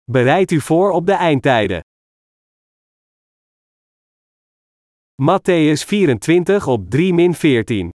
Bereid u voor op de eindtijden. Mattheüs 24 op 3-14.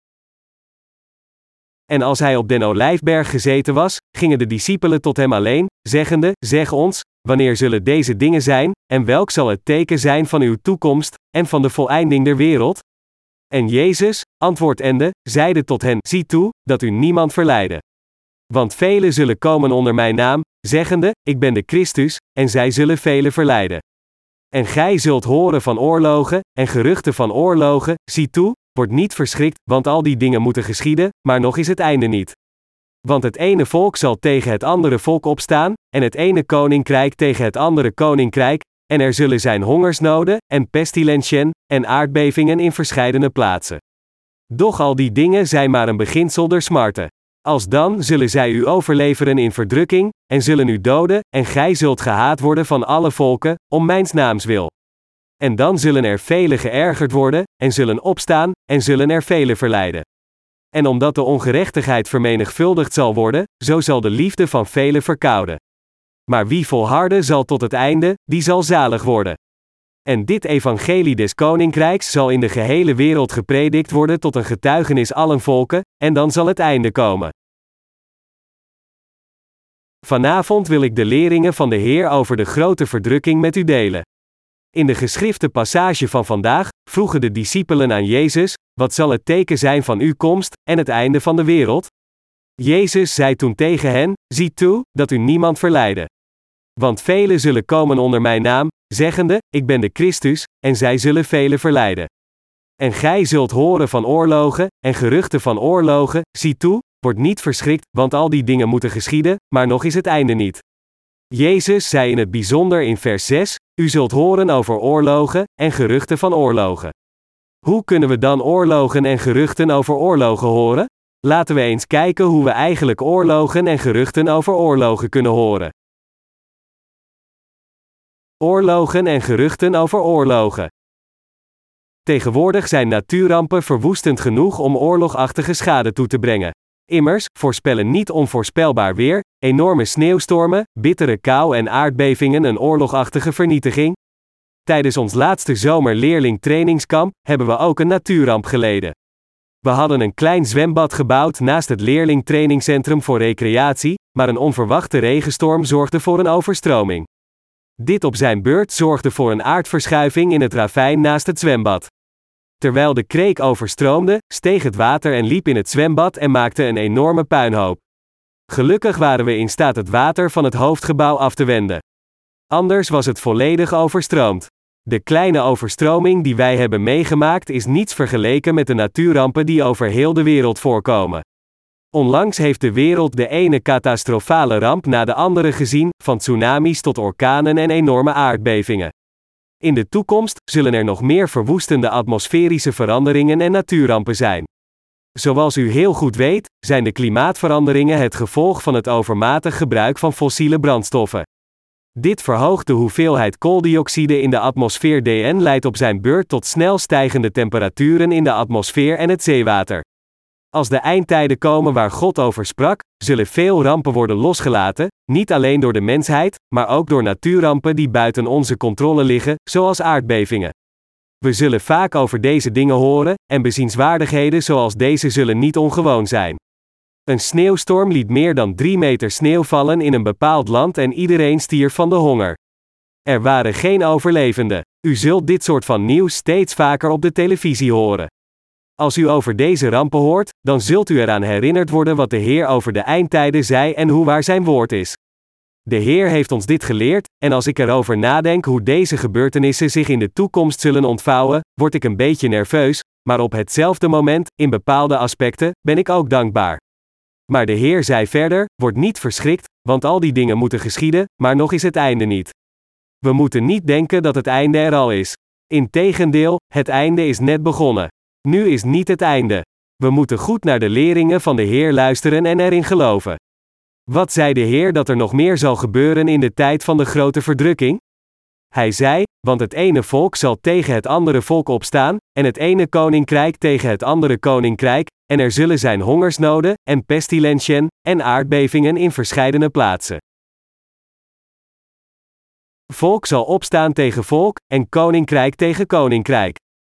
En als hij op den Olijfberg gezeten was, gingen de discipelen tot hem alleen, zeggende, zeg ons, wanneer zullen deze dingen zijn, en welk zal het teken zijn van uw toekomst, en van de voleinding der wereld? En Jezus, antwoordende, zeide tot hen, zie toe, dat u niemand verleide. Want velen zullen komen onder mijn naam, zeggende, ik ben de Christus, en zij zullen velen verleiden. En gij zult horen van oorlogen, en geruchten van oorlogen, zie toe, word niet verschrikt, want al die dingen moeten geschieden, maar nog is het einde niet. Want het ene volk zal tegen het andere volk opstaan, en het ene koninkrijk tegen het andere koninkrijk, en er zullen zijn hongersnoden, en pestilentiën, en aardbevingen in verscheidene plaatsen. Doch al die dingen zijn maar een beginsel der smarten. Alsdan zullen zij u overleveren in verdrukking, en zullen u doden, en gij zult gehaat worden van alle volken, om mijns naams wil. En dan zullen er velen geërgerd worden, en zullen opstaan, en zullen er velen verleiden. En omdat de ongerechtigheid vermenigvuldigd zal worden, zo zal de liefde van velen verkouden. Maar wie volharden zal tot het einde, die zal zalig worden. En dit evangelie des koninkrijks zal in de gehele wereld gepredikt worden tot een getuigenis allen volken, en dan zal het einde komen. Vanavond wil ik de leringen van de Heer over de grote verdrukking met u delen. In de geschrifte passage van vandaag vroegen de discipelen aan Jezus, wat zal het teken zijn van uw komst, en het einde van de wereld? Jezus zei toen tegen hen, zie toe, dat u niemand verleide. Want velen zullen komen onder mijn naam, zeggende, ik ben de Christus, en zij zullen velen verleiden. En gij zult horen van oorlogen, en geruchten van oorlogen, zie toe, word niet verschrikt, want al die dingen moeten geschieden, maar nog is het einde niet. Jezus zei in het bijzonder in vers 6, u zult horen over oorlogen, en geruchten van oorlogen. Hoe kunnen we dan oorlogen en geruchten over oorlogen horen? Laten we eens kijken hoe we eigenlijk oorlogen en geruchten over oorlogen kunnen horen. Oorlogen en geruchten over oorlogen. Tegenwoordig zijn natuurrampen verwoestend genoeg om oorlogachtige schade toe te brengen. Immers, voorspellen niet onvoorspelbaar weer, enorme sneeuwstormen, bittere kou en aardbevingen een oorlogachtige vernietiging? Tijdens ons laatste zomerleerling-trainingskamp hebben we ook een natuurramp geleden. We hadden een klein zwembad gebouwd naast het leerling-trainingcentrum voor recreatie, maar een onverwachte regenstorm zorgde voor een overstroming. Dit op zijn beurt zorgde voor een aardverschuiving in het ravijn naast het zwembad. Terwijl de kreek overstroomde, steeg het water en liep in het zwembad en maakte een enorme puinhoop. Gelukkig waren we in staat het water van het hoofdgebouw af te wenden. Anders was het volledig overstroomd. De kleine overstroming die wij hebben meegemaakt is niets vergeleken met de natuurrampen die over heel de wereld voorkomen. Onlangs heeft de wereld de ene catastrofale ramp na de andere gezien, van tsunamis tot orkanen en enorme aardbevingen. In de toekomst zullen er nog meer verwoestende atmosferische veranderingen en natuurrampen zijn. Zoals u heel goed weet, zijn de klimaatveranderingen het gevolg van het overmatig gebruik van fossiele brandstoffen. Dit verhoogt de hoeveelheid kooldioxide in de atmosfeer en leidt op zijn beurt tot snel stijgende temperaturen in de atmosfeer en het zeewater. Als de eindtijden komen waar God over sprak, zullen veel rampen worden losgelaten, niet alleen door de mensheid, maar ook door natuurrampen die buiten onze controle liggen, zoals aardbevingen. We zullen vaak over deze dingen horen, en bezienswaardigheden zoals deze zullen niet ongewoon zijn. Een sneeuwstorm liet meer dan 3 meter sneeuw vallen in een bepaald land en iedereen stierf van de honger. Er waren geen overlevenden. U zult dit soort van nieuws steeds vaker op de televisie horen. Als u over deze rampen hoort, dan zult u eraan herinnerd worden wat de Heer over de eindtijden zei en hoe waar zijn woord is. De Heer heeft ons dit geleerd, en als ik erover nadenk hoe deze gebeurtenissen zich in de toekomst zullen ontvouwen, word ik een beetje nerveus, maar op hetzelfde moment, in bepaalde aspecten, ben ik ook dankbaar. Maar de Heer zei verder, word niet verschrikt, want al die dingen moeten geschieden, maar nog is het einde niet. We moeten niet denken dat het einde er al is. Integendeel, het einde is net begonnen. Nu is niet het einde. We moeten goed naar de leringen van de Heer luisteren en erin geloven. Wat zei de Heer dat er nog meer zal gebeuren in de tijd van de grote verdrukking? Hij zei, want het ene volk zal tegen het andere volk opstaan, en het ene koninkrijk tegen het andere koninkrijk, en er zullen zijn hongersnoden, en pestilentiën, en aardbevingen in verscheidene plaatsen. Volk zal opstaan tegen volk, en koninkrijk tegen koninkrijk.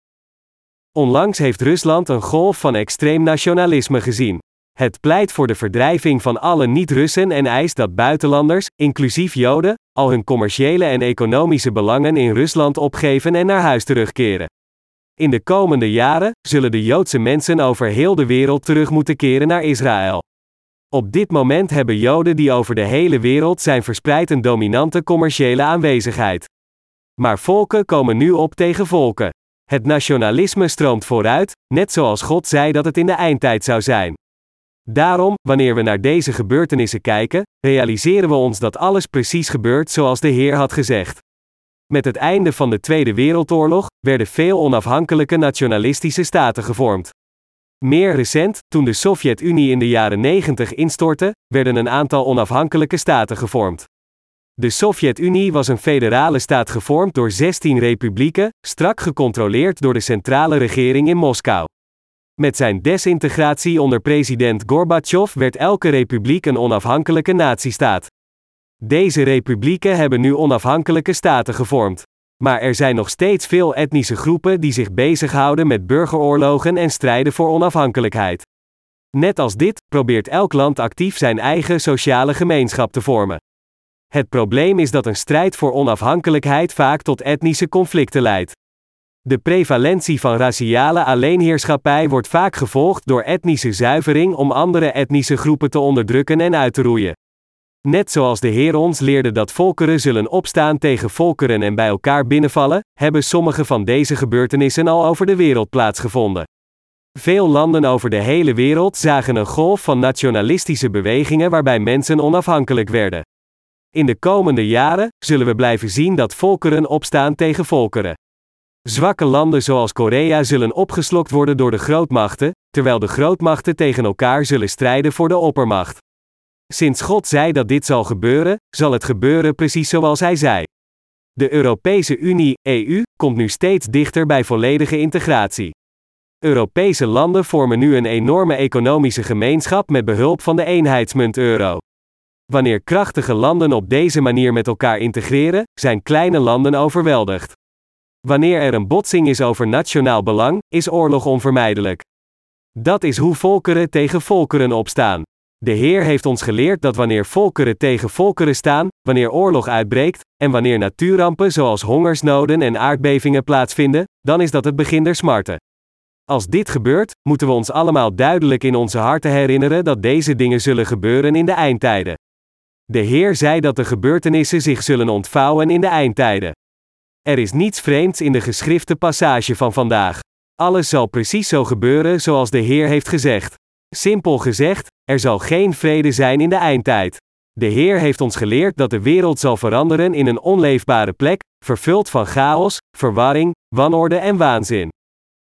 Onlangs heeft Rusland een golf van extreem nationalisme gezien. Het pleit voor de verdrijving van alle niet-Russen en eist dat buitenlanders, inclusief Joden, al hun commerciële en economische belangen in Rusland opgeven en naar huis terugkeren. In de komende jaren zullen de Joodse mensen over heel de wereld terug moeten keren naar Israël. Op dit moment hebben Joden die over de hele wereld zijn verspreid een dominante commerciële aanwezigheid. Maar volken komen nu op tegen volken. Het nationalisme stroomt vooruit, net zoals God zei dat het in de eindtijd zou zijn. Daarom, wanneer we naar deze gebeurtenissen kijken, realiseren we ons dat alles precies gebeurt zoals de Heer had gezegd. Met het einde van de Tweede Wereldoorlog werden veel onafhankelijke nationalistische staten gevormd. Meer recent, toen de Sovjet-Unie in de jaren 90 instortte, werden een aantal onafhankelijke staten gevormd. De Sovjet-Unie was een federale staat gevormd door 16 republieken, strak gecontroleerd door de centrale regering in Moskou. Met zijn desintegratie onder president Gorbachev werd elke republiek een onafhankelijke natiestaat. Deze republieken hebben nu onafhankelijke staten gevormd. Maar er zijn nog steeds veel etnische groepen die zich bezighouden met burgeroorlogen en strijden voor onafhankelijkheid. Net als dit, probeert elk land actief zijn eigen sociale gemeenschap te vormen. Het probleem is dat een strijd voor onafhankelijkheid vaak tot etnische conflicten leidt. De prevalentie van raciale alleenheerschappij wordt vaak gevolgd door etnische zuivering om andere etnische groepen te onderdrukken en uit te roeien. Net zoals de Heer ons leerde dat volkeren zullen opstaan tegen volkeren en bij elkaar binnenvallen, hebben sommige van deze gebeurtenissen al over de wereld plaatsgevonden. Veel landen over de hele wereld zagen een golf van nationalistische bewegingen waarbij mensen onafhankelijk werden. In de komende jaren zullen we blijven zien dat volkeren opstaan tegen volkeren. Zwakke landen zoals Korea zullen opgeslokt worden door de grootmachten, terwijl de grootmachten tegen elkaar zullen strijden voor de oppermacht. Sinds God zei dat dit zal het gebeuren precies zoals Hij zei. De Europese Unie, EU, komt nu steeds dichter bij volledige integratie. Europese landen vormen nu een enorme economische gemeenschap met behulp van de eenheidsmunt euro. Wanneer krachtige landen op deze manier met elkaar integreren, zijn kleine landen overweldigd. Wanneer er een botsing is over nationaal belang, is oorlog onvermijdelijk. Dat is hoe volkeren tegen volkeren opstaan. De Heer heeft ons geleerd dat wanneer volkeren tegen volkeren staan, wanneer oorlog uitbreekt, en wanneer natuurrampen zoals hongersnoden en aardbevingen plaatsvinden, dan is dat het begin der smarten. Als dit gebeurt, moeten we ons allemaal duidelijk in onze harten herinneren dat deze dingen zullen gebeuren in de eindtijden. De Heer zei dat de gebeurtenissen zich zullen ontvouwen in de eindtijden. Er is niets vreemds in de geschrifte passage van vandaag. Alles zal precies zo gebeuren zoals de Heer heeft gezegd. Simpel gezegd, er zal geen vrede zijn in de eindtijd. De Heer heeft ons geleerd dat de wereld zal veranderen in een onleefbare plek, vervuld van chaos, verwarring, wanorde en waanzin.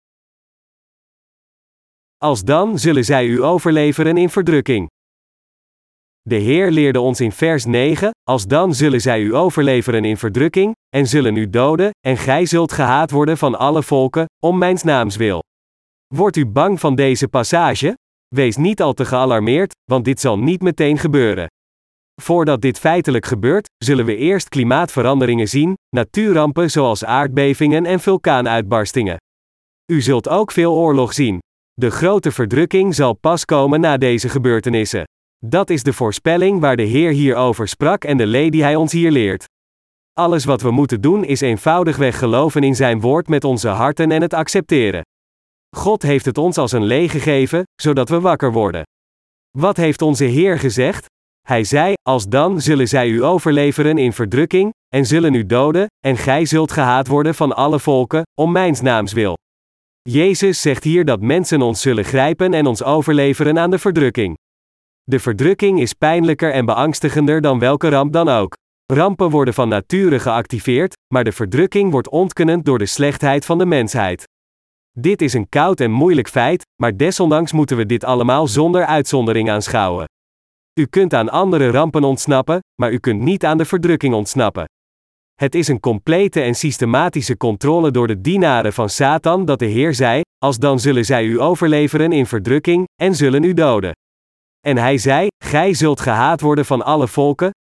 Alsdan zullen zij u overleveren in verdrukking. De Heer leerde ons in vers 9, alsdan zullen zij u overleveren in verdrukking, en zullen u doden, en gij zult gehaat worden van alle volken, om mijns naams wil. Wordt u bang van deze passage? Wees niet al te gealarmeerd, want dit zal niet meteen gebeuren. Voordat dit feitelijk gebeurt, zullen we eerst klimaatveranderingen zien, natuurrampen zoals aardbevingen en vulkaanuitbarstingen. U zult ook veel oorlog zien. De grote verdrukking zal pas komen na deze gebeurtenissen. Dat is de voorspelling waar de Heer hierover sprak en de leer die Hij ons hier leert. Alles wat we moeten doen is eenvoudigweg geloven in Zijn woord met onze harten en het accepteren. God heeft het ons als een leer gegeven, zodat we wakker worden. Wat heeft onze Heer gezegd? Hij zei, alsdan zullen zij u overleveren in verdrukking, en zullen u doden, en gij zult gehaat worden van alle volken, om mijns naams wil. Jezus zegt hier dat mensen ons zullen grijpen en ons overleveren aan de verdrukking. De verdrukking is pijnlijker en beangstigender dan welke ramp dan ook. Rampen worden van nature geactiveerd, maar de verdrukking wordt ontkennend door de slechtheid van de mensheid. Dit is een koud en moeilijk feit, maar desondanks moeten we dit allemaal zonder uitzondering aanschouwen. U kunt aan andere rampen ontsnappen, maar u kunt niet aan de verdrukking ontsnappen. Het is een complete en systematische controle door de dienaren van Satan dat de Heer zei, alsdan zullen zij u overleveren in verdrukking, en zullen u doden. En hij zei, gij zult gehaat worden van alle volken,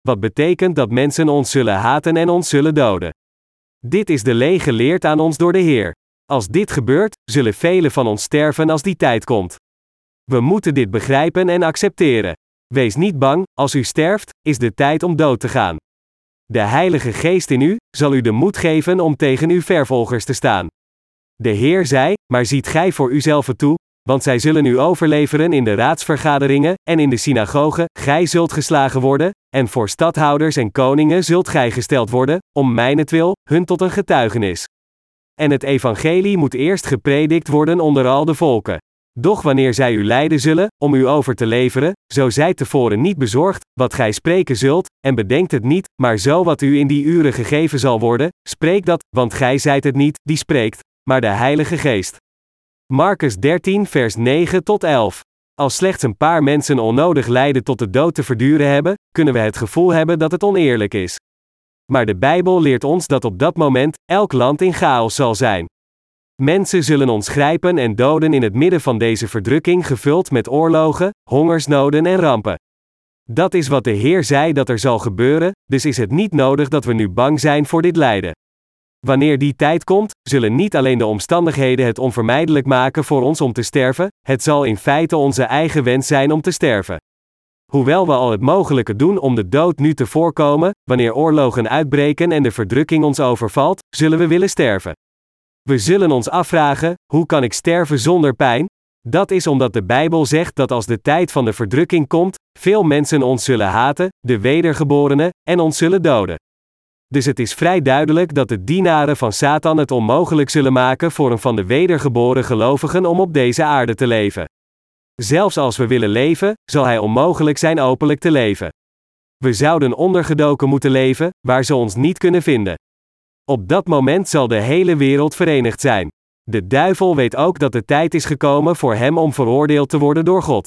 wat betekent dat mensen ons zullen haten en ons zullen doden. Dit is de leer geleerd aan ons door de Heer. Als dit gebeurt, zullen velen van ons sterven als die tijd komt. We moeten dit begrijpen en accepteren. Wees niet bang, als u sterft, is de tijd om dood te gaan. De Heilige Geest in u, zal u de moed geven om tegen uw vervolgers te staan. De Heer zei, maar ziet gij voor uzelf toe, want zij zullen u overleveren in de raadsvergaderingen, en in de synagogen, gij zult geslagen worden, en voor stadhouders en koningen zult gij gesteld worden, om mijnentwil, hun tot een getuigenis. En het evangelie moet eerst gepredikt worden onder al de volken. Doch wanneer zij u lijden zullen, om u over te leveren, zo zijt tevoren niet bezorgd, wat gij spreken zult, en bedenkt het niet, maar zo wat u in die uren gegeven zal worden, spreek dat, want gij zijt het niet, die spreekt, maar de Heilige Geest. Marcus 13 vers 9 tot 11. Als slechts een paar mensen onnodig lijden tot de dood te verduren hebben, kunnen we het gevoel hebben dat het oneerlijk is. Maar de Bijbel leert ons dat op dat moment, elk land in chaos zal zijn. Mensen zullen ons grijpen en doden in het midden van deze verdrukking gevuld met oorlogen, hongersnoden en rampen. Dat is wat de Heer zei dat er zal gebeuren, dus is het niet nodig dat we nu bang zijn voor dit lijden. Wanneer die tijd komt, zullen niet alleen de omstandigheden het onvermijdelijk maken voor ons om te sterven, het zal in feite onze eigen wens zijn om te sterven. Hoewel we al het mogelijke doen om de dood nu te voorkomen, wanneer oorlogen uitbreken en de verdrukking ons overvalt, zullen we willen sterven. We zullen ons afvragen, hoe kan ik sterven zonder pijn? Dat is omdat de Bijbel zegt dat als de tijd van de verdrukking komt, veel mensen ons zullen haten, de wedergeborenen, en ons zullen doden. Dus het is vrij duidelijk dat de dienaren van Satan het onmogelijk zullen maken voor een van de wedergeboren gelovigen om op deze aarde te leven. Zelfs als we willen leven, zal hij onmogelijk zijn openlijk te leven. We zouden ondergedoken moeten leven, waar ze ons niet kunnen vinden. Op dat moment zal de hele wereld verenigd zijn. De duivel weet ook dat de tijd is gekomen voor hem om veroordeeld te worden door God.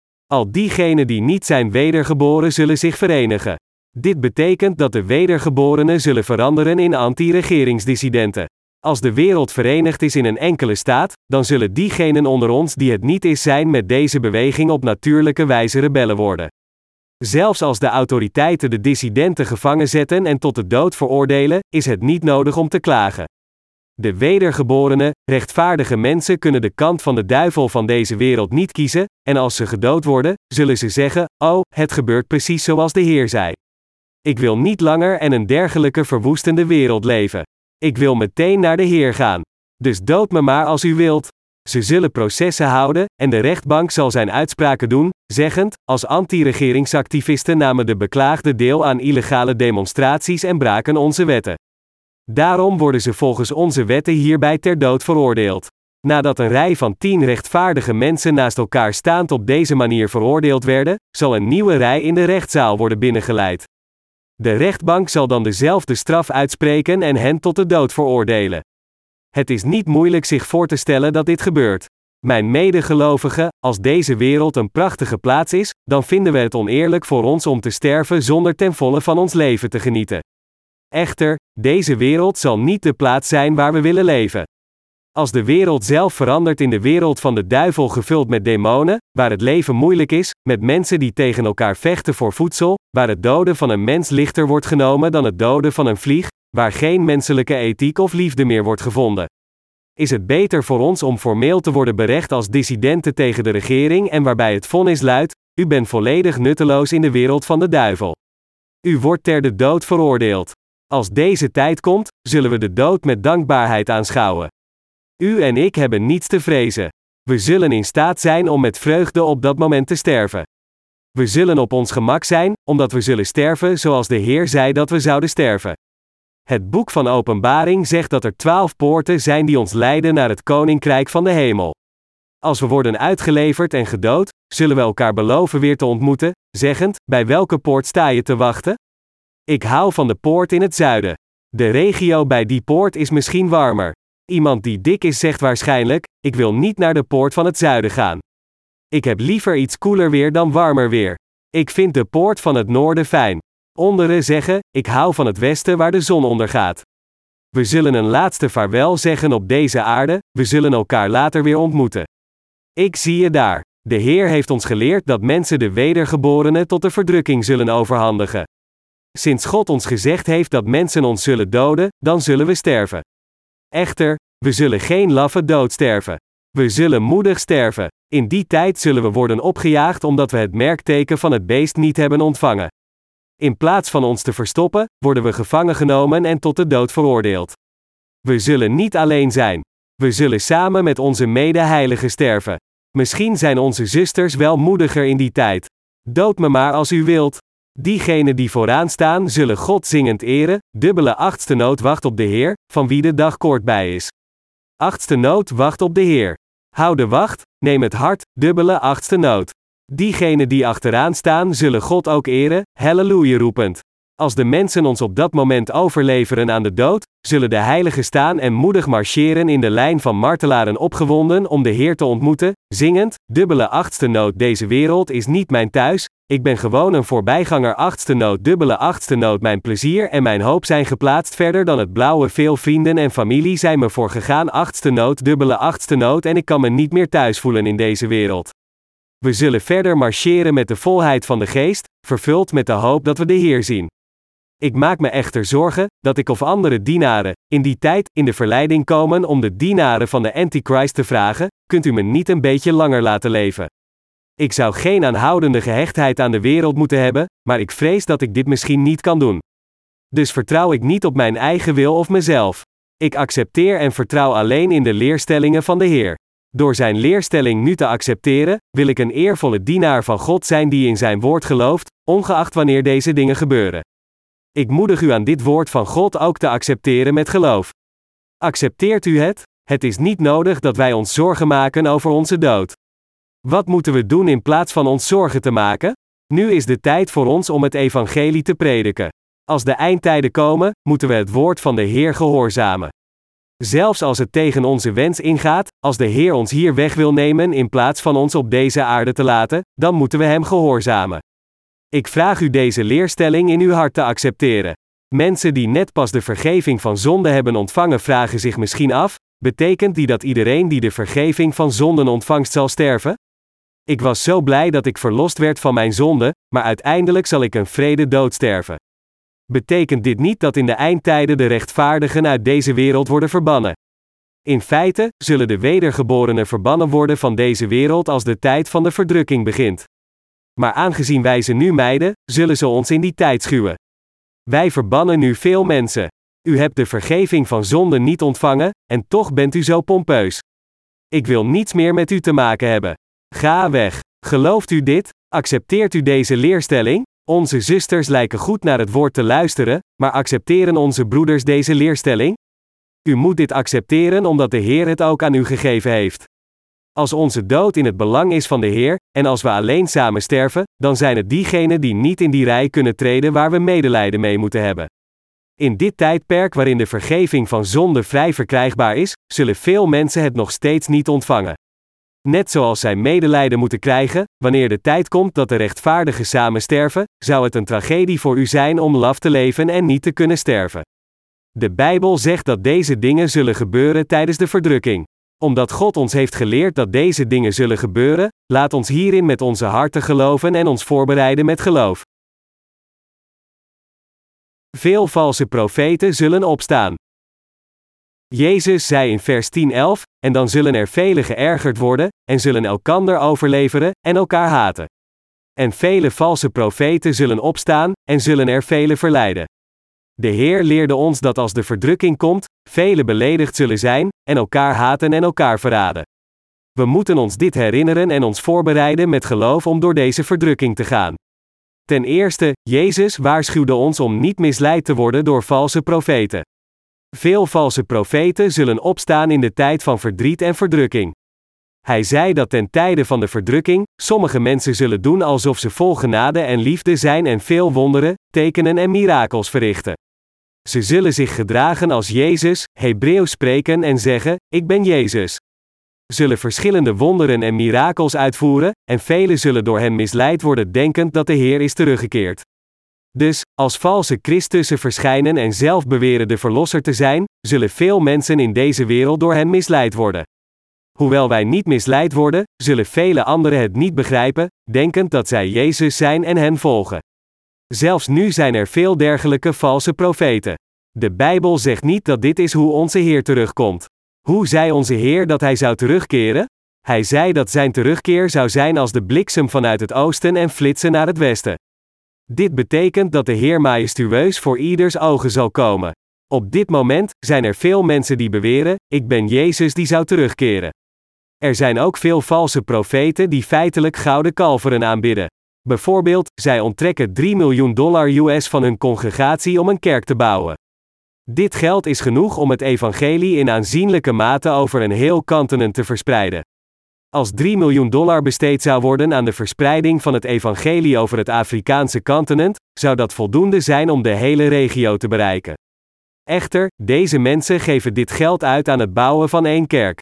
Al diegenen die niet zijn wedergeboren zullen zich verenigen. Dit betekent dat de wedergeborenen zullen veranderen in anti-regeringsdissidenten. Als de wereld verenigd is in een enkele staat, dan zullen diegenen onder ons die het niet is zijn met deze beweging op natuurlijke wijze rebellen worden. Zelfs als de autoriteiten de dissidenten gevangen zetten en tot de dood veroordelen, is het niet nodig om te klagen. De wedergeborene, rechtvaardige mensen kunnen de kant van de duivel van deze wereld niet kiezen, en als ze gedood worden, zullen ze zeggen, oh, het gebeurt precies zoals de Heer zei. Ik wil niet langer in een dergelijke verwoestende wereld leven. Ik wil meteen naar de Heer gaan. Dus dood me maar als u wilt. Ze zullen processen houden, en de rechtbank zal zijn uitspraken doen, zeggend, als anti-regeringsactivisten namen de beklaagden deel aan illegale demonstraties en braken onze wetten. Daarom worden ze volgens onze wetten hierbij ter dood veroordeeld. Nadat een rij van 10 rechtvaardige mensen naast elkaar staand op deze manier veroordeeld werden, zal een nieuwe rij in de rechtszaal worden binnengeleid. De rechtbank zal dan dezelfde straf uitspreken en hen tot de dood veroordelen. Het is niet moeilijk zich voor te stellen dat dit gebeurt. Mijn medegelovigen, als deze wereld een prachtige plaats is, dan vinden we het oneerlijk voor ons om te sterven zonder ten volle van ons leven te genieten. Echter, deze wereld zal niet de plaats zijn waar we willen leven. Als de wereld zelf verandert in de wereld van de duivel gevuld met demonen, waar het leven moeilijk is, met mensen die tegen elkaar vechten voor voedsel, waar het doden van een mens lichter wordt genomen dan het doden van een vlieg, waar geen menselijke ethiek of liefde meer wordt gevonden. Is het beter voor ons om formeel te worden berecht als dissidenten tegen de regering en waarbij het vonnis luidt, u bent volledig nutteloos in de wereld van de duivel. U wordt ter de dood veroordeeld. Als deze tijd komt, zullen we de dood met dankbaarheid aanschouwen. U en ik hebben niets te vrezen. We zullen in staat zijn om met vreugde op dat moment te sterven. We zullen op ons gemak zijn, omdat we zullen sterven zoals de Heer zei dat we zouden sterven. Het boek van Openbaring zegt dat er 12 poorten zijn die ons leiden naar het koninkrijk van de hemel. Als we worden uitgeleverd en gedood, zullen we elkaar beloven weer te ontmoeten, zeggend, bij welke poort sta je te wachten? Ik hou van de poort in het zuiden. De regio bij die poort is misschien warmer. Iemand die dik is zegt waarschijnlijk, ik wil niet naar de poort van het zuiden gaan. Ik heb liever iets koeler weer dan warmer weer. Ik vind de poort van het noorden fijn. Anderen zeggen, ik hou van het westen waar de zon ondergaat. We zullen een laatste vaarwel zeggen op deze aarde, we zullen elkaar later weer ontmoeten. Ik zie je daar. De Heer heeft ons geleerd dat mensen de wedergeborenen tot de verdrukking zullen overhandigen. Sinds God ons gezegd heeft dat mensen ons zullen doden, dan zullen we sterven. Echter, we zullen geen laffe dood sterven. We zullen moedig sterven. In die tijd zullen we worden opgejaagd omdat we het merkteken van het beest niet hebben ontvangen. In plaats van ons te verstoppen, worden we gevangen genomen en tot de dood veroordeeld. We zullen niet alleen zijn. We zullen samen met onze medeheiligen sterven. Misschien zijn onze zusters wel moediger in die tijd. Dood me maar als u wilt. Diegenen die vooraan staan zullen God zingend eren, dubbele achtste noot wacht op de Heer, van wie de dag kort bij is. Achtste noot wacht op de Heer. Hou de wacht, neem het hart, dubbele achtste noot. Diegenen die achteraan staan zullen God ook eren, halleluja roepend. Als de mensen ons op dat moment overleveren aan de dood, zullen de heiligen staan en moedig marcheren in de lijn van martelaren opgewonden om de Heer te ontmoeten, zingend, dubbele achtste noot deze wereld is niet mijn thuis, ik ben gewoon een voorbijganger achtste noot dubbele achtste noot mijn plezier en mijn hoop zijn geplaatst verder dan het blauwe veel vrienden en familie zijn me voorgegaan achtste noot dubbele achtste noot en ik kan me niet meer thuis voelen in deze wereld. We zullen verder marcheren met de volheid van de geest, vervuld met de hoop dat we de Heer zien. Ik maak me echter zorgen, dat ik of andere dienaren, in die tijd, in de verleiding komen om de dienaren van de Antichrist te vragen, kunt u me niet een beetje langer laten leven? Ik zou geen aanhoudende gehechtheid aan de wereld moeten hebben, maar ik vrees dat ik dit misschien niet kan doen. Dus vertrouw ik niet op mijn eigen wil of mezelf. Ik accepteer en vertrouw alleen in de leerstellingen van de Heer. Door zijn leerstelling nu te accepteren, wil ik een eervolle dienaar van God zijn die in zijn woord gelooft, ongeacht wanneer deze dingen gebeuren. Ik moedig u aan dit woord van God ook te accepteren met geloof. Accepteert u het? Het is niet nodig dat wij ons zorgen maken over onze dood. Wat moeten we doen in plaats van ons zorgen te maken? Nu is de tijd voor ons om het evangelie te prediken. Als de eindtijden komen, moeten we het woord van de Heer gehoorzamen. Zelfs als het tegen onze wens ingaat, als de Heer ons hier weg wil nemen in plaats van ons op deze aarde te laten, dan moeten we Hem gehoorzamen. Ik vraag u deze leerstelling in uw hart te accepteren. Mensen die net pas de vergeving van zonde hebben ontvangen vragen zich misschien af, betekent die dat iedereen die de vergeving van zonden ontvangt zal sterven? Ik was zo blij dat ik verlost werd van mijn zonde, maar uiteindelijk zal ik een vrede dood sterven. Betekent dit niet dat in de eindtijden de rechtvaardigen uit deze wereld worden verbannen? In feite, zullen de wedergeborenen verbannen worden van deze wereld als de tijd van de verdrukking begint. Maar aangezien wij ze nu mijden, zullen ze ons in die tijd schuwen. Wij verbannen nu veel mensen. U hebt de vergeving van zonde niet ontvangen, en toch bent u zo pompeus. Ik wil niets meer met u te maken hebben. Ga weg. Gelooft u dit? Accepteert u deze leerstelling? Onze zusters lijken goed naar het woord te luisteren, maar accepteren onze broeders deze leerstelling? U moet dit accepteren omdat de Heer het ook aan u gegeven heeft. Als onze dood in het belang is van de Heer, en als we alleen samen sterven, dan zijn het diegenen die niet in die rij kunnen treden waar we medelijden mee moeten hebben. In dit tijdperk waarin de vergeving van zonde vrij verkrijgbaar is, zullen veel mensen het nog steeds niet ontvangen. Net zoals zij medelijden moeten krijgen, wanneer de tijd komt dat de rechtvaardigen samen sterven, zou het een tragedie voor u zijn om laf te leven en niet te kunnen sterven. De Bijbel zegt dat deze dingen zullen gebeuren tijdens de verdrukking. Omdat God ons heeft geleerd dat deze dingen zullen gebeuren, laat ons hierin met onze harten geloven en ons voorbereiden met geloof. Veel valse profeten zullen opstaan. Jezus zei in vers 10-11, en dan zullen er velen geërgerd worden, en zullen elkander overleveren, en elkaar haten. En vele valse profeten zullen opstaan, en zullen er velen verleiden. De Heer leerde ons dat als de verdrukking komt, velen beledigd zullen zijn, en elkaar haten en elkaar verraden. We moeten ons dit herinneren en ons voorbereiden met geloof om door deze verdrukking te gaan. Ten eerste, Jezus waarschuwde ons om niet misleid te worden door valse profeten. Veel valse profeten zullen opstaan in de tijd van verdriet en verdrukking. Hij zei dat ten tijde van de verdrukking, sommige mensen zullen doen alsof ze vol genade en liefde zijn en veel wonderen, tekenen en mirakels verrichten. Ze zullen zich gedragen als Jezus, Hebreeuws spreken en zeggen, ik ben Jezus. Zullen verschillende wonderen en mirakels uitvoeren, en velen zullen door hen misleid worden denkend dat de Heer is teruggekeerd. Dus, als valse Christussen verschijnen en zelf beweren de Verlosser te zijn, zullen veel mensen in deze wereld door hen misleid worden. Hoewel wij niet misleid worden, zullen vele anderen het niet begrijpen, denkend dat zij Jezus zijn en hen volgen. Zelfs nu zijn er veel dergelijke valse profeten. De Bijbel zegt niet dat dit is hoe onze Heer terugkomt. Hoe zei onze Heer dat Hij zou terugkeren? Hij zei dat zijn terugkeer zou zijn als de bliksem vanuit het oosten en flitsen naar het westen. Dit betekent dat de Heer majestueus voor ieders ogen zal komen. Op dit moment zijn er veel mensen die beweren: ik ben Jezus die zou terugkeren. Er zijn ook veel valse profeten die feitelijk gouden kalveren aanbidden. Bijvoorbeeld, zij onttrekken $3 miljoen van hun congregatie om een kerk te bouwen. Dit geld is genoeg om het evangelie in aanzienlijke mate over een heel continent te verspreiden. Als $3 miljoen besteed zou worden aan de verspreiding van het evangelie over het Afrikaanse continent, zou dat voldoende zijn om de hele regio te bereiken. Echter, deze mensen geven dit geld uit aan het bouwen van één kerk.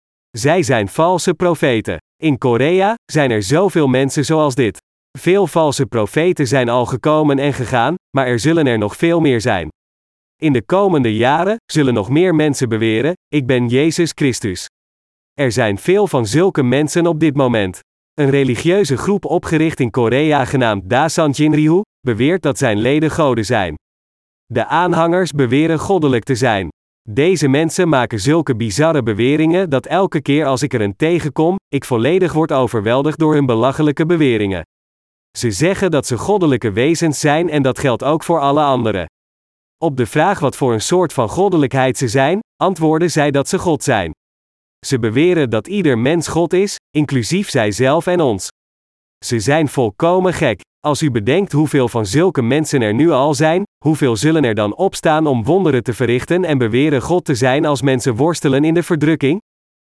Zij zijn valse profeten. In Korea zijn er zoveel mensen zoals dit. Veel valse profeten zijn al gekomen en gegaan, maar er zullen er nog veel meer zijn. In de komende jaren zullen nog meer mensen beweren: ik ben Jezus Christus. Er zijn veel van zulke mensen op dit moment. Een religieuze groep opgericht in Korea genaamd Dasan Jinryu beweert dat zijn leden goden zijn. De aanhangers beweren goddelijk te zijn. Deze mensen maken zulke bizarre beweringen dat elke keer als ik er een tegenkom, ik volledig word overweldigd door hun belachelijke beweringen. Ze zeggen dat ze goddelijke wezens zijn en dat geldt ook voor alle anderen. Op de vraag wat voor een soort van goddelijkheid ze zijn, antwoorden zij dat ze God zijn. Ze beweren dat ieder mens God is, inclusief zijzelf en ons. Ze zijn volkomen gek. Als u bedenkt hoeveel van zulke mensen er nu al zijn, hoeveel zullen er dan opstaan om wonderen te verrichten en beweren God te zijn als mensen worstelen in de verdrukking?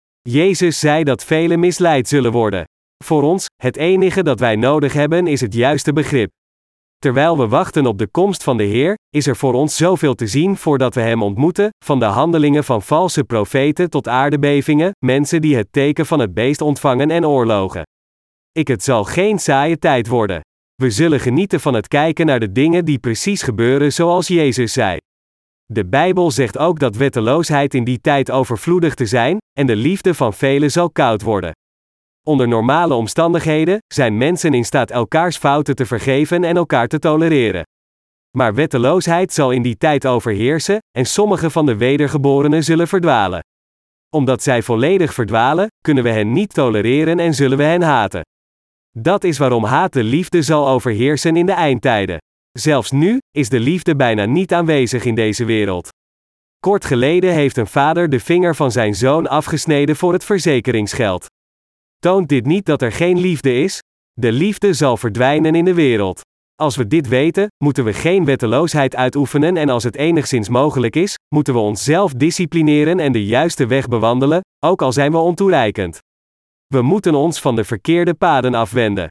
Jezus zei dat velen misleid zullen worden. Voor ons, het enige dat wij nodig hebben is het juiste begrip. Terwijl we wachten op de komst van de Heer, is er voor ons zoveel te zien voordat we Hem ontmoeten, van de handelingen van valse profeten tot aardbevingen, mensen die het teken van het beest ontvangen en oorlogen. Het zal geen saaie tijd worden. We zullen genieten van het kijken naar de dingen die precies gebeuren zoals Jezus zei. De Bijbel zegt ook dat wetteloosheid in die tijd overvloedig te zijn, en de liefde van velen zal koud worden. Onder normale omstandigheden zijn mensen in staat elkaars fouten te vergeven en elkaar te tolereren. Maar wetteloosheid zal in die tijd overheersen, en sommige van de wedergeborenen zullen verdwalen. Omdat zij volledig verdwalen, kunnen we hen niet tolereren en zullen we hen haten. Dat is waarom haat de liefde zal overheersen in de eindtijden. Zelfs nu is de liefde bijna niet aanwezig in deze wereld. Kort geleden heeft een vader de vinger van zijn zoon afgesneden voor het verzekeringsgeld. Toont dit niet dat er geen liefde is? De liefde zal verdwijnen in de wereld. Als we dit weten, moeten we geen wetteloosheid uitoefenen en als het enigszins mogelijk is, moeten we onszelf disciplineren en de juiste weg bewandelen, ook al zijn we ontoereikend. We moeten ons van de verkeerde paden afwenden.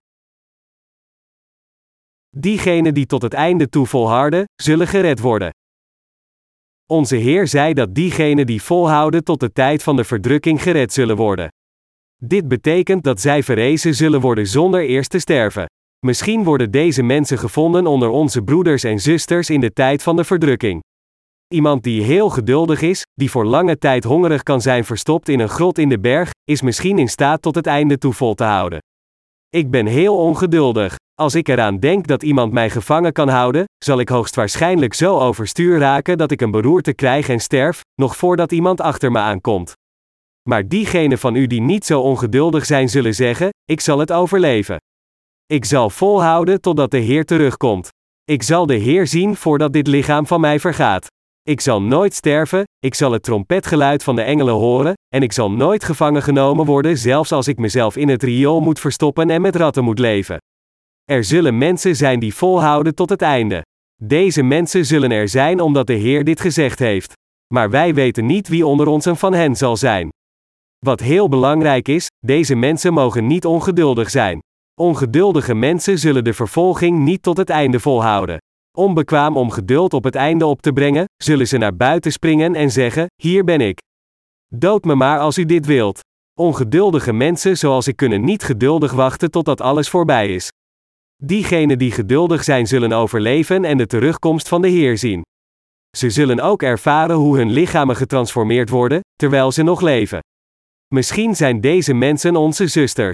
Diegenen die tot het einde toe volharden, zullen gered worden. Onze Heer zei dat diegenen die volhouden tot de tijd van de verdrukking gered zullen worden. Dit betekent dat zij verrezen zullen worden zonder eerst te sterven. Misschien worden deze mensen gevonden onder onze broeders en zusters in de tijd van de verdrukking. Iemand die heel geduldig is, die voor lange tijd hongerig kan zijn verstopt in een grot in de berg, is misschien in staat tot het einde toe vol te houden. Ik ben heel ongeduldig. Als ik eraan denk dat iemand mij gevangen kan houden, zal ik hoogstwaarschijnlijk zo overstuur raken dat ik een beroerte krijg en sterf, nog voordat iemand achter me aankomt. Maar diegenen van u die niet zo ongeduldig zijn zullen zeggen: ik zal het overleven. Ik zal volhouden totdat de Heer terugkomt. Ik zal de Heer zien voordat dit lichaam van mij vergaat. Ik zal nooit sterven, ik zal het trompetgeluid van de engelen horen, en ik zal nooit gevangen genomen worden zelfs als ik mezelf in het riool moet verstoppen en met ratten moet leven. Er zullen mensen zijn die volhouden tot het einde. Deze mensen zullen er zijn omdat de Heer dit gezegd heeft. Maar wij weten niet wie onder ons een van hen zal zijn. Wat heel belangrijk is, deze mensen mogen niet ongeduldig zijn. Ongeduldige mensen zullen de vervolging niet tot het einde volhouden. Onbekwaam om geduld op het einde op te brengen, zullen ze naar buiten springen en zeggen: hier ben ik. Dood me maar als u dit wilt. Ongeduldige mensen zoals ik kunnen niet geduldig wachten totdat alles voorbij is. Diegenen die geduldig zijn zullen overleven en de terugkomst van de Heer zien. Ze zullen ook ervaren hoe hun lichamen getransformeerd worden, terwijl ze nog leven. Misschien zijn deze mensen onze zusters.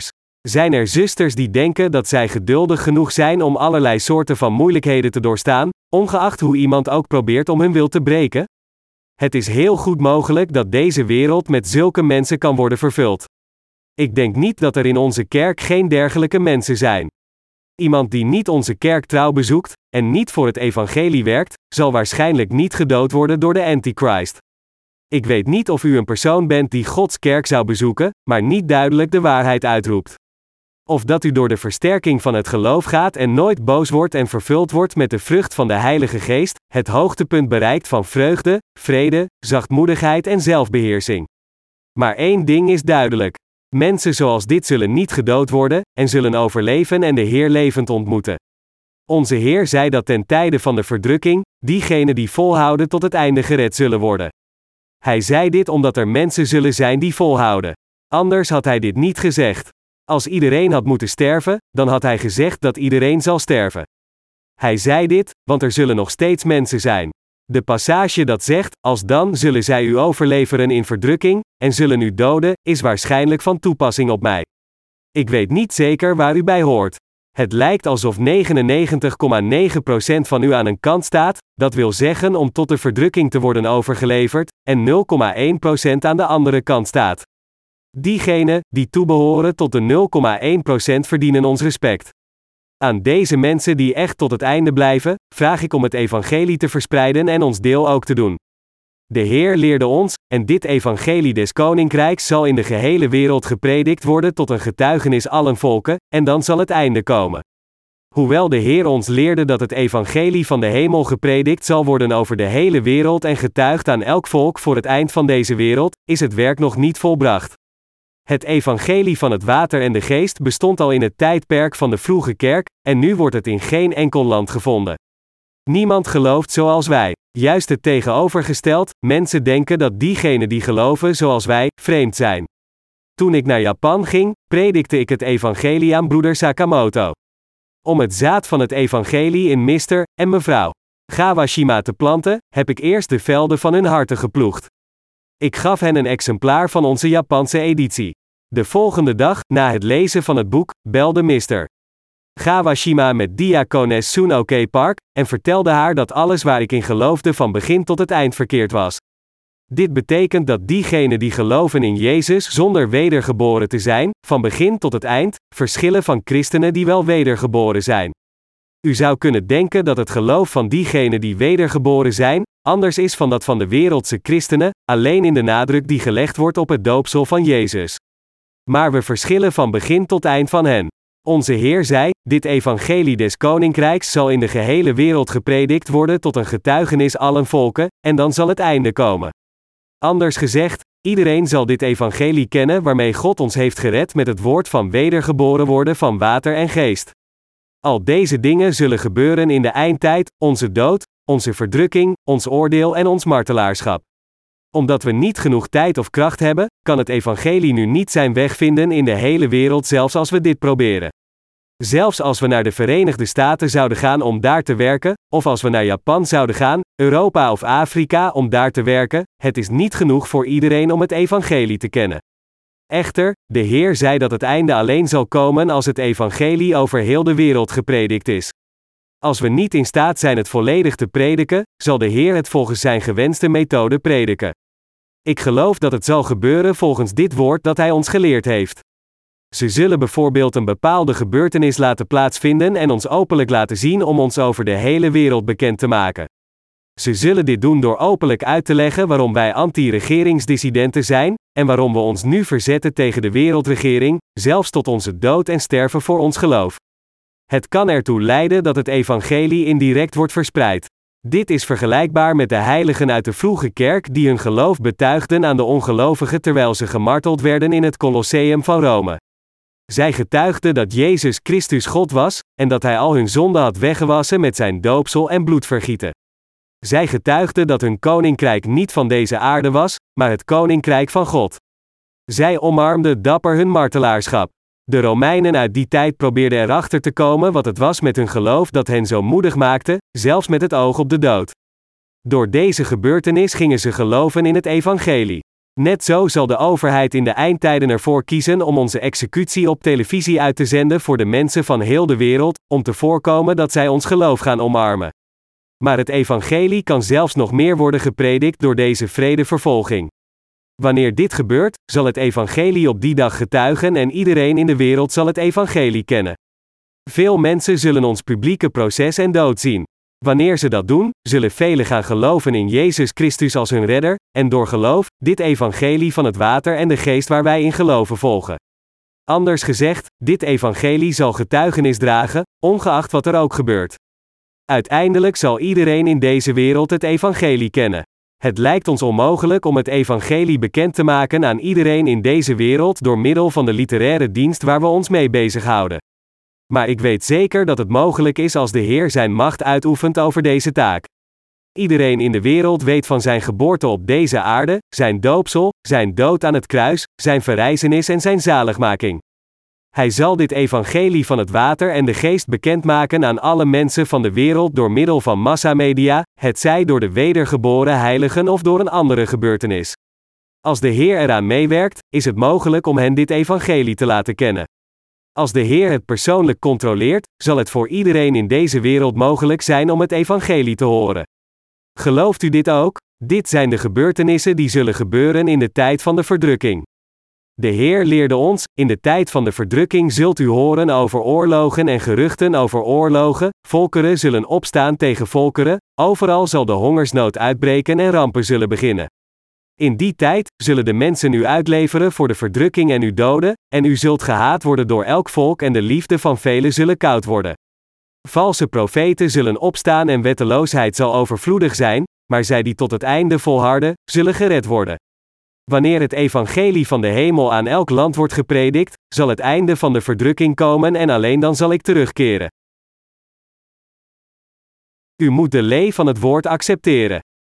Zijn er zusters die denken dat zij geduldig genoeg zijn om allerlei soorten van moeilijkheden te doorstaan, ongeacht hoe iemand ook probeert om hun wil te breken? Het is heel goed mogelijk dat deze wereld met zulke mensen kan worden vervuld. Ik denk niet dat er in onze kerk geen dergelijke mensen zijn. Iemand die niet onze kerk trouw bezoekt, en niet voor het evangelie werkt, zal waarschijnlijk niet gedood worden door de Antichrist. Ik weet niet of u een persoon bent die Gods kerk zou bezoeken, maar niet duidelijk de waarheid uitroept. Of dat u door de versterking van het geloof gaat en nooit boos wordt en vervuld wordt met de vrucht van de Heilige Geest, het hoogtepunt bereikt van vreugde, vrede, zachtmoedigheid en zelfbeheersing. Maar één ding is duidelijk. Mensen zoals dit zullen niet gedood worden, en zullen overleven en de Heer levend ontmoeten. Onze Heer zei dat ten tijde van de verdrukking, diegenen die volhouden tot het einde gered zullen worden. Hij zei dit omdat er mensen zullen zijn die volhouden. Anders had hij dit niet gezegd. Als iedereen had moeten sterven, dan had hij gezegd dat iedereen zal sterven. Hij zei dit, want er zullen nog steeds mensen zijn. De passage dat zegt, als dan zullen zij u overleveren in verdrukking, en zullen u doden, is waarschijnlijk van toepassing op mij. Ik weet niet zeker waar u bij hoort. Het lijkt alsof 99,9% van u aan een kant staat, dat wil zeggen om tot de verdrukking te worden overgeleverd, en 0,1% aan de andere kant staat. Diegenen, die toebehoren tot de 0,1% verdienen ons respect. Aan deze mensen die echt tot het einde blijven, vraag ik om het evangelie te verspreiden en ons deel ook te doen. De Heer leerde ons, en dit evangelie des Koninkrijks zal in de gehele wereld gepredikt worden tot een getuigenis allen volken, en dan zal het einde komen. Hoewel de Heer ons leerde dat het evangelie van de hemel gepredikt zal worden over de hele wereld en getuigd aan elk volk voor het eind van deze wereld, is het werk nog niet volbracht. Het evangelie van het water en de geest bestond al in het tijdperk van de vroege kerk, en nu wordt het in geen enkel land gevonden. Niemand gelooft zoals wij. Juist het tegenovergesteld, mensen denken dat diegenen die geloven zoals wij, vreemd zijn. Toen ik naar Japan ging, predikte ik het evangelie aan broeder Sakamoto. Om het zaad van het evangelie in Mr. en mevrouw Kawashima te planten, heb ik eerst de velden van hun harten geploegd. Ik gaf hen een exemplaar van onze Japanse editie. De volgende dag, na het lezen van het boek, belde Mr. Kawashima met diakones Sunoke Park, en vertelde haar dat alles waar ik in geloofde van begin tot het eind verkeerd was. Dit betekent dat diegenen die geloven in Jezus zonder wedergeboren te zijn, van begin tot het eind, verschillen van christenen die wel wedergeboren zijn. U zou kunnen denken dat het geloof van diegenen die wedergeboren zijn, anders is van dat van de wereldse christenen, alleen in de nadruk die gelegd wordt op het doopsel van Jezus. Maar we verschillen van begin tot eind van hen. Onze Heer zei, dit evangelie des Koninkrijks zal in de gehele wereld gepredikt worden tot een getuigenis allen volken, en dan zal het einde komen. Anders gezegd, iedereen zal dit evangelie kennen waarmee God ons heeft gered met het woord van wedergeboren worden van water en geest. Al deze dingen zullen gebeuren in de eindtijd, onze dood, onze verdrukking, ons oordeel en ons martelaarschap. Omdat we niet genoeg tijd of kracht hebben, kan het evangelie nu niet zijn weg vinden in de hele wereld zelfs als we dit proberen. Zelfs als we naar de Verenigde Staten zouden gaan om daar te werken, of als we naar Japan zouden gaan, Europa of Afrika om daar te werken, het is niet genoeg voor iedereen om het evangelie te kennen. Echter, de Heer zei dat het einde alleen zal komen als het evangelie over heel de wereld gepredikt is. Als we niet in staat zijn het volledig te prediken, zal de Heer het volgens zijn gewenste methode prediken. Ik geloof dat het zal gebeuren volgens dit woord dat Hij ons geleerd heeft. Ze zullen bijvoorbeeld een bepaalde gebeurtenis laten plaatsvinden en ons openlijk laten zien om ons over de hele wereld bekend te maken. Ze zullen dit doen door openlijk uit te leggen waarom wij anti-regeringsdissidenten zijn, en waarom we ons nu verzetten tegen de wereldregering, zelfs tot onze dood en sterven voor ons geloof. Het kan ertoe leiden dat het evangelie indirect wordt verspreid. Dit is vergelijkbaar met de heiligen uit de vroege kerk die hun geloof betuigden aan de ongelovigen terwijl ze gemarteld werden in het Colosseum van Rome. Zij getuigden dat Jezus Christus God was, en dat Hij al hun zonden had weggewassen met zijn doopsel en bloedvergieten. Zij getuigden dat hun koninkrijk niet van deze aarde was, maar het koninkrijk van God. Zij omarmden dapper hun martelaarschap. De Romeinen uit die tijd probeerden erachter te komen wat het was met hun geloof dat hen zo moedig maakte, zelfs met het oog op de dood. Door deze gebeurtenis gingen ze geloven in het evangelie. Net zo zal de overheid in de eindtijden ervoor kiezen om onze executie op televisie uit te zenden voor de mensen van heel de wereld, om te voorkomen dat zij ons geloof gaan omarmen. Maar het evangelie kan zelfs nog meer worden gepredikt door deze wrede vervolging. Wanneer dit gebeurt, zal het evangelie op die dag getuigen en iedereen in de wereld zal het evangelie kennen. Veel mensen zullen ons publieke proces en dood zien. Wanneer ze dat doen, zullen velen gaan geloven in Jezus Christus als hun redder, en door geloof, dit evangelie van het water en de geest waar wij in geloven volgen. Anders gezegd, dit evangelie zal getuigenis dragen, ongeacht wat er ook gebeurt. Uiteindelijk zal iedereen in deze wereld het evangelie kennen. Het lijkt ons onmogelijk om het evangelie bekend te maken aan iedereen in deze wereld door middel van de literaire dienst waar we ons mee bezighouden. Maar ik weet zeker dat het mogelijk is als de Heer zijn macht uitoefent over deze taak. Iedereen in de wereld weet van zijn geboorte op deze aarde, zijn doopsel, zijn dood aan het kruis, zijn verrijzenis en zijn zaligmaking. Hij zal dit evangelie van het water en de geest bekendmaken aan alle mensen van de wereld door middel van massamedia, hetzij door de wedergeboren heiligen of door een andere gebeurtenis. Als de Heer eraan meewerkt, is het mogelijk om hen dit evangelie te laten kennen. Als de Heer het persoonlijk controleert, zal het voor iedereen in deze wereld mogelijk zijn om het evangelie te horen. Gelooft u dit ook? Dit zijn de gebeurtenissen die zullen gebeuren in de tijd van de verdrukking. De Heer leerde ons, in de tijd van de verdrukking zult u horen over oorlogen en geruchten over oorlogen, volkeren zullen opstaan tegen volkeren, overal zal de hongersnood uitbreken en rampen zullen beginnen. In die tijd zullen de mensen u uitleveren voor de verdrukking en u doden, en u zult gehaat worden door elk volk en de liefde van velen zullen koud worden. Valse profeten zullen opstaan en wetteloosheid zal overvloedig zijn, maar zij die tot het einde volharden, zullen gered worden. Wanneer het evangelie van de hemel aan elk land wordt gepredikt, zal het einde van de verdrukking komen en alleen dan zal ik terugkeren. U moet de lee van het woord accepteren.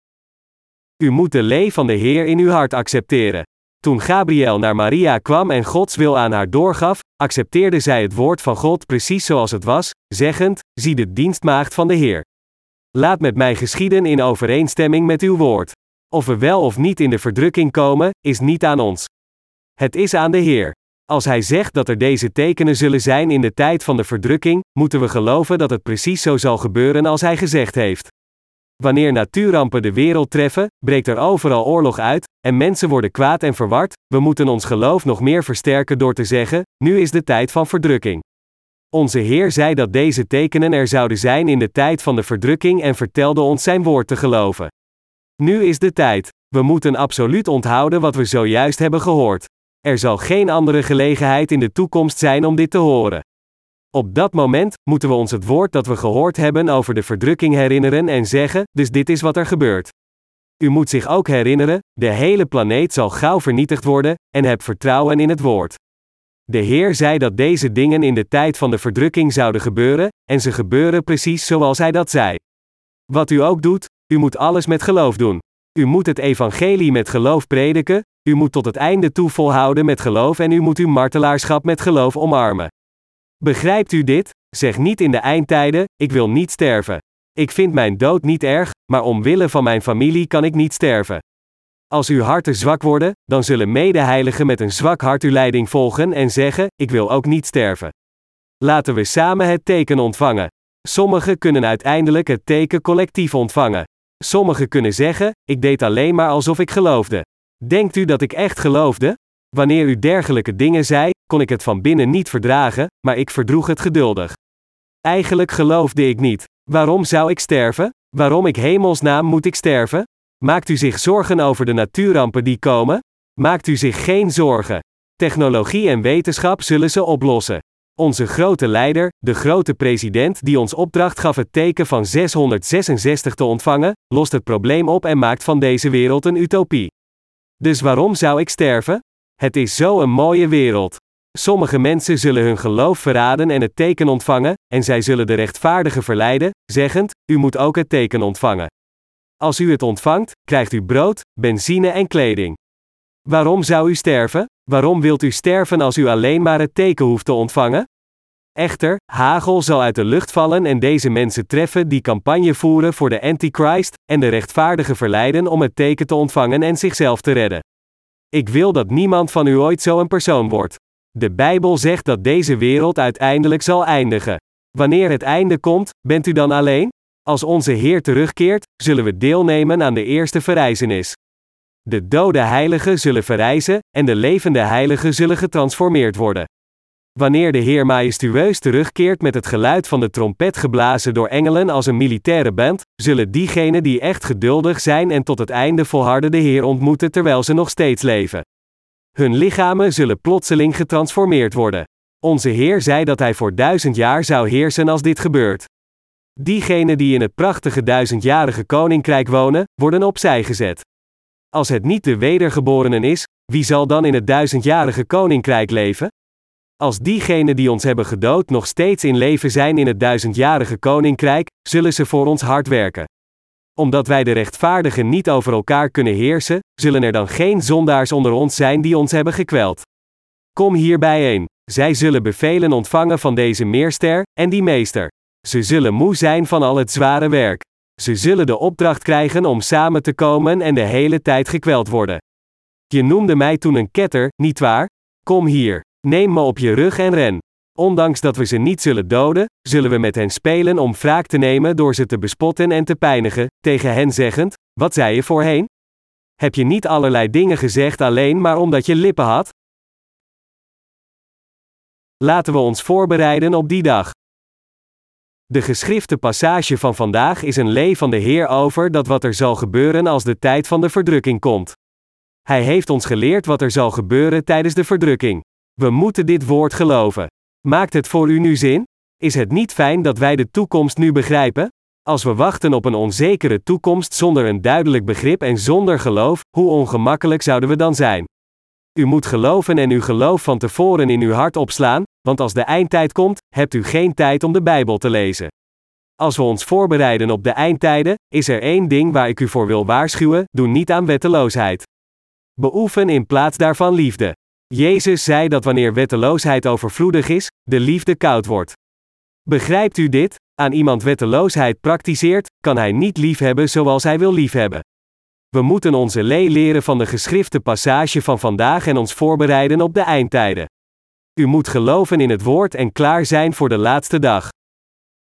U moet de lee van de Heer in uw hart accepteren. Toen Gabriël naar Maria kwam en Gods wil aan haar doorgaf, accepteerde zij het woord van God precies zoals het was, zeggend, zie de dienstmaagd van de Heer. Laat met mij geschieden in overeenstemming met uw woord. Of we wel of niet in de verdrukking komen, is niet aan ons. Het is aan de Heer. Als Hij zegt dat er deze tekenen zullen zijn in de tijd van de verdrukking, moeten we geloven dat het precies zo zal gebeuren als Hij gezegd heeft. Wanneer natuurrampen de wereld treffen, breekt er overal oorlog uit, en mensen worden kwaad en verward, we moeten ons geloof nog meer versterken door te zeggen, nu is de tijd van verdrukking. Onze Heer zei dat deze tekenen er zouden zijn in de tijd van de verdrukking en vertelde ons zijn woord te geloven. Nu is de tijd. We moeten absoluut onthouden wat we zojuist hebben gehoord. Er zal geen andere gelegenheid in de toekomst zijn om dit te horen. Op dat moment moeten we ons het woord dat we gehoord hebben over de verdrukking herinneren en zeggen, dus dit is wat er gebeurt. U moet zich ook herinneren, de hele planeet zal gauw vernietigd worden, en heb vertrouwen in het woord. De Heer zei dat deze dingen in de tijd van de verdrukking zouden gebeuren, en ze gebeuren precies zoals Hij dat zei. Wat u ook doet, u moet alles met geloof doen. U moet het evangelie met geloof prediken, u moet tot het einde toe volhouden met geloof en u moet uw martelaarschap met geloof omarmen. Begrijpt u dit? Zeg niet in de eindtijden, ik wil niet sterven. Ik vind mijn dood niet erg, maar omwille van mijn familie kan ik niet sterven. Als uw harten zwak worden, dan zullen medeheiligen met een zwak hart uw leiding volgen en zeggen, ik wil ook niet sterven. Laten we samen het teken ontvangen. Sommigen kunnen uiteindelijk het teken collectief ontvangen. Sommigen kunnen zeggen, ik deed alleen maar alsof ik geloofde. Denkt u dat ik echt geloofde? Wanneer u dergelijke dingen zei, kon ik het van binnen niet verdragen, maar ik verdroeg het geduldig. Eigenlijk geloofde ik niet. Waarom zou ik sterven? Waarom in hemelsnaam moet ik sterven? Maakt u zich zorgen over de natuurrampen die komen? Maakt u zich geen zorgen. Technologie en wetenschap zullen ze oplossen. Onze grote leider, de grote president die ons opdracht gaf het teken van 666 te ontvangen, lost het probleem op en maakt van deze wereld een utopie. Dus waarom zou ik sterven? Het is zo'n mooie wereld. Sommige mensen zullen hun geloof verraden en het teken ontvangen, en zij zullen de rechtvaardigen verleiden, zeggend, u moet ook het teken ontvangen. Als u het ontvangt, krijgt u brood, benzine en kleding. Waarom zou u sterven? Waarom wilt u sterven als u alleen maar het teken hoeft te ontvangen? Echter, hagel zal uit de lucht vallen en deze mensen treffen die campagne voeren voor de Antichrist, en de rechtvaardigen verleiden om het teken te ontvangen en zichzelf te redden. Ik wil dat niemand van u ooit zo'n persoon wordt. De Bijbel zegt dat deze wereld uiteindelijk zal eindigen. Wanneer het einde komt, bent u dan alleen? Als onze Heer terugkeert, zullen we deelnemen aan de eerste verrijzenis. De dode heiligen zullen verrijzen, en de levende heiligen zullen getransformeerd worden. Wanneer de Heer majestueus terugkeert met het geluid van de trompet geblazen door engelen als een militaire band, zullen diegenen die echt geduldig zijn en tot het einde volharden de Heer ontmoeten terwijl ze nog steeds leven. Hun lichamen zullen plotseling getransformeerd worden. Onze Heer zei dat Hij voor 1000 jaar zou heersen als dit gebeurt. Diegenen die in het prachtige 1000-jarige koninkrijk wonen, worden opzij gezet. Als het niet de wedergeborenen is, wie zal dan in het 1000-jarige koninkrijk leven? Als diegenen die ons hebben gedood nog steeds in leven zijn in het 1000-jarige koninkrijk, zullen ze voor ons hard werken. Omdat wij de rechtvaardigen niet over elkaar kunnen heersen, zullen er dan geen zondaars onder ons zijn die ons hebben gekweld. Kom hier bijeen. Zij zullen bevelen ontvangen van deze meester, en die meester. Ze zullen moe zijn van al het zware werk. Ze zullen de opdracht krijgen om samen te komen en de hele tijd gekweld worden. Je noemde mij toen een ketter, nietwaar? Kom hier. Neem me op je rug en ren. Ondanks dat we ze niet zullen doden, zullen we met hen spelen om wraak te nemen door ze te bespotten en te pijnigen, tegen hen zeggend: wat zei je voorheen? Heb je niet allerlei dingen gezegd alleen maar omdat je lippen had? Laten we ons voorbereiden op die dag. De geschrifte passage van vandaag is een lee van de Heer over dat wat er zal gebeuren als de tijd van de verdrukking komt. Hij heeft ons geleerd wat er zal gebeuren tijdens de verdrukking. We moeten dit woord geloven. Maakt het voor u nu zin? Is het niet fijn dat wij de toekomst nu begrijpen? Als we wachten op een onzekere toekomst zonder een duidelijk begrip en zonder geloof, hoe ongemakkelijk zouden we dan zijn? U moet geloven en uw geloof van tevoren in uw hart opslaan, want als de eindtijd komt, hebt u geen tijd om de Bijbel te lezen. Als we ons voorbereiden op de eindtijden, is er één ding waar ik u voor wil waarschuwen: doe niet aan wetteloosheid. Beoefen in plaats daarvan liefde. Jezus zei dat wanneer wetteloosheid overvloedig is, de liefde koud wordt. Begrijpt u dit? Aan iemand wetteloosheid praktiseert, kan hij niet liefhebben zoals hij wil liefhebben. We moeten onze lee leren van de geschrifte passage van vandaag en ons voorbereiden op de eindtijden. U moet geloven in het woord en klaar zijn voor de laatste dag.